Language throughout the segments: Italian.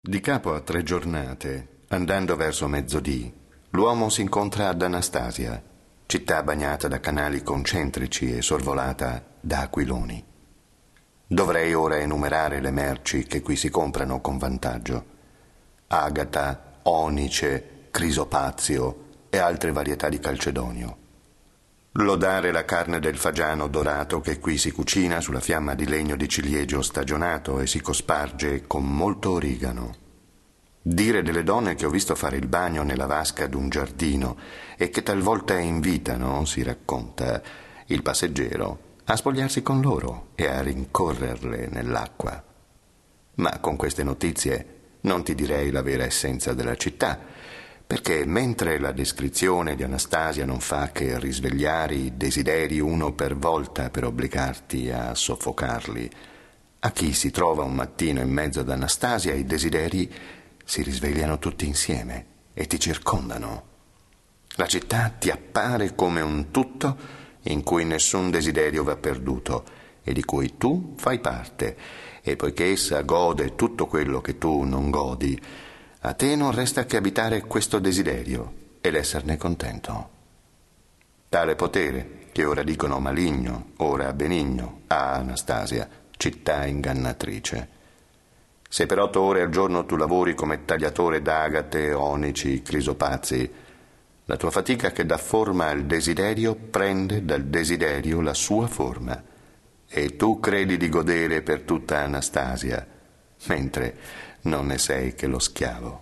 Di capo a 3 giornate, andando verso mezzodì, l'uomo si incontra ad Anastasia, città bagnata da canali concentrici e sorvolata da aquiloni. Dovrei ora enumerare le merci che qui si comprano con vantaggio: agata, onice, crisopazio e altre varietà di calcedonio. Lodare la carne del fagiano dorato che qui si cucina sulla fiamma di legno di ciliegio stagionato e si cosparge con molto origano. Dire delle donne che ho visto fare il bagno nella vasca d'un giardino e che talvolta invitano, si racconta, il passeggero a spogliarsi con loro e a rincorrerle nell'acqua. Ma con queste notizie non ti direi la vera essenza della città, perché mentre la descrizione di Anastasia non fa che risvegliare i desideri uno per volta per obbligarti a soffocarli, a chi si trova un mattino in mezzo ad Anastasia i desideri si risvegliano tutti insieme e ti circondano. La città ti appare come un tutto in cui nessun desiderio va perduto e di cui tu fai parte, e poiché essa gode tutto quello che tu non godi, a te non resta che abitare questo desiderio ed esserne contento. Tale potere, che ora dicono maligno, ora benigno, ha Anastasia, città ingannatrice. Se per 8 ore al giorno tu lavori come tagliatore d'agate, onici, crisopazzi, la tua fatica che dà forma al desiderio prende dal desiderio la sua forma, e tu credi di godere per tutta Anastasia, mentre non ne sei che lo schiavo.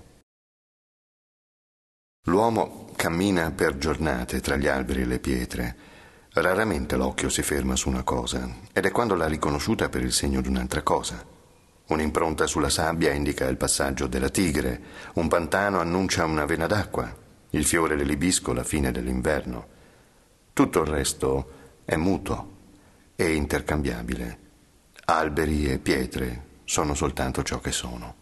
L'uomo cammina per giornate tra gli alberi e le pietre. Raramente l'occhio si ferma su una cosa, ed è quando l'ha riconosciuta per il segno di un'altra cosa. Un'impronta sulla sabbia indica il passaggio della tigre, un pantano annuncia una vena d'acqua, il fiore dell'ibisco la fine dell'inverno. Tutto il resto è muto e intercambiabile. Alberi e pietre sono soltanto ciò che sono.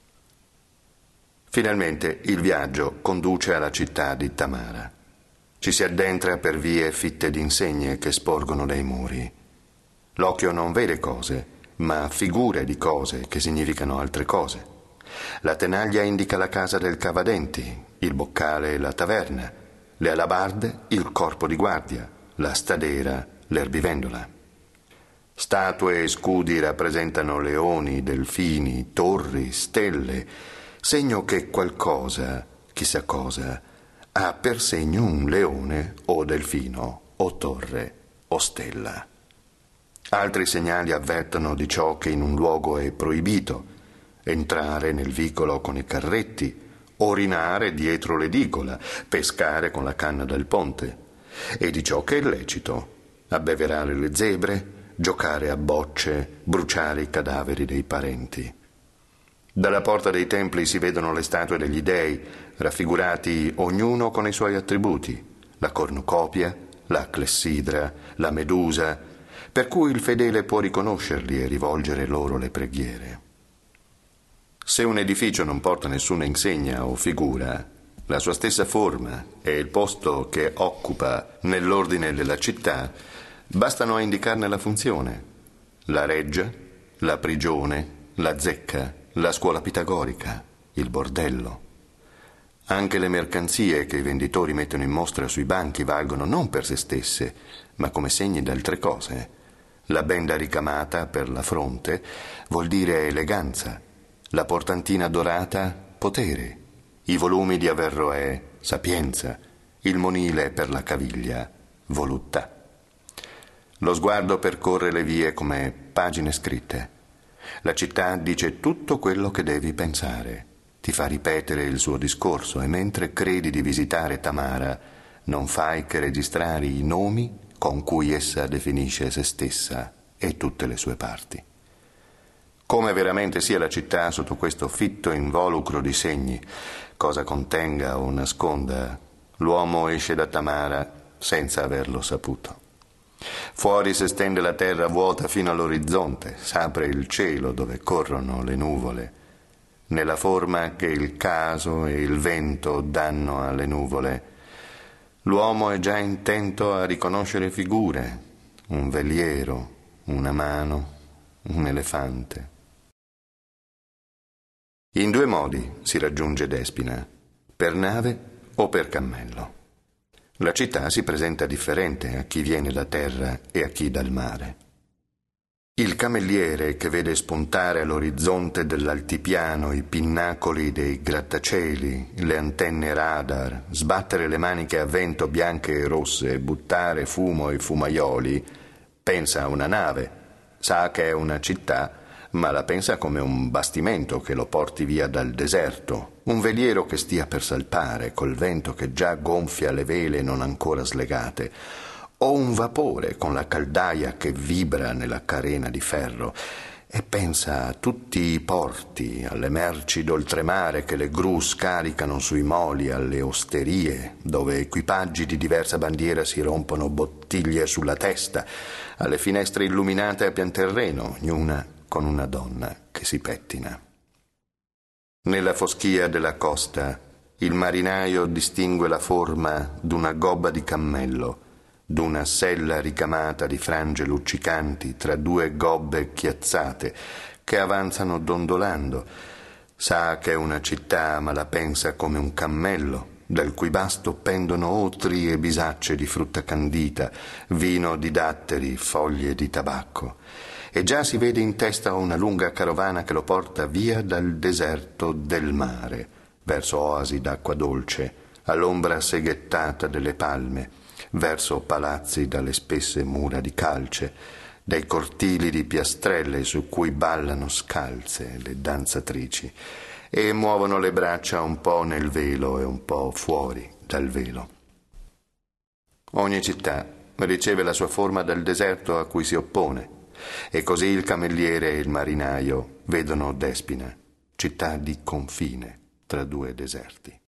Finalmente il viaggio conduce alla città di Tamara. Ci si addentra per vie fitte d'insegne che sporgono dai muri. L'occhio non vede cose, ma figure di cose che significano altre cose. La tenaglia indica la casa del cavadenti, il boccale la taverna, le alabarde il corpo di guardia, la stadera l'erbivendola. Statue e scudi rappresentano leoni, delfini, torri, stelle, segno che qualcosa, chissà cosa, ha per segno un leone o delfino o torre o stella. Altri segnali avvertono di ciò che in un luogo è proibito: entrare nel vicolo con i carretti, orinare dietro l'edicola, pescare con la canna del ponte, e di ciò che è lecito: abbeverare le zebre, giocare a bocce, bruciare i cadaveri dei parenti. Dalla porta dei templi si vedono le statue degli dei, raffigurati ognuno con i suoi attributi: la cornucopia, la clessidra, la medusa, per cui il fedele può riconoscerli e rivolgere loro le preghiere. Se un edificio non porta nessuna insegna o figura, la sua stessa forma e il posto che occupa nell'ordine della città bastano a indicarne la funzione: la reggia, la prigione, la zecca, la scuola pitagorica, il bordello. Anche le mercanzie che i venditori mettono in mostra sui banchi valgono non per se stesse, ma come segni d'altre cose. La benda ricamata per la fronte vuol dire eleganza, la portantina dorata potere, i volumi di Averroè sapienza, il monile per la caviglia voluttà. Lo sguardo percorre le vie come pagine scritte. La città dice tutto quello che devi pensare, ti fa ripetere il suo discorso, e mentre credi di visitare Tamara non fai che registrare i nomi con cui essa definisce se stessa e tutte le sue parti. Come veramente sia la città sotto questo fitto involucro di segni, cosa contenga o nasconda, l'uomo esce da Tamara senza averlo saputo. Fuori si stende la terra vuota fino all'orizzonte, s'apre il cielo dove corrono le nuvole, nella forma che il caso e il vento danno alle nuvole. L'uomo è già intento a riconoscere figure: un veliero, una mano, un elefante. In due modi si raggiunge Despina, per nave o per cammello. La città si presenta differente a chi viene da terra e a chi dal mare. Il cammelliere che vede spuntare all'orizzonte dell'altipiano i pinnacoli dei grattacieli, le antenne radar, sbattere le maniche a vento bianche e rosse, buttare fumo e fumaioli, pensa a una nave, sa che è una città, ma la pensa come un bastimento che lo porti via dal deserto, un veliero che stia per salpare col vento che già gonfia le vele non ancora slegate, o un vapore con la caldaia che vibra nella carena di ferro, e pensa a tutti i porti, alle merci d'oltremare che le gru scaricano sui moli, alle osterie dove equipaggi di diversa bandiera si rompono bottiglie sulla testa, alle finestre illuminate a pianterreno, ognuna con una donna che si pettina. Nella foschia della costa il marinaio distingue la forma d'una gobba di cammello, d'una sella ricamata di frange luccicanti tra due gobbe chiazzate che avanzano dondolando. Sa che è una città, ma la pensa come un cammello, dal cui basto pendono otri e bisacce di frutta candita, vino di datteri, foglie di tabacco. E già si vede in testa una lunga carovana che lo porta via dal deserto del mare, verso oasi d'acqua dolce, all'ombra seghettata delle palme, verso palazzi dalle spesse mura di calce, dai cortili di piastrelle su cui ballano scalze le danzatrici e muovono le braccia un po' nel velo e un po' fuori dal velo. Ogni città riceve la sua forma dal deserto a cui si oppone, e così il cammelliere e il marinaio vedono Despina, città di confine tra due deserti.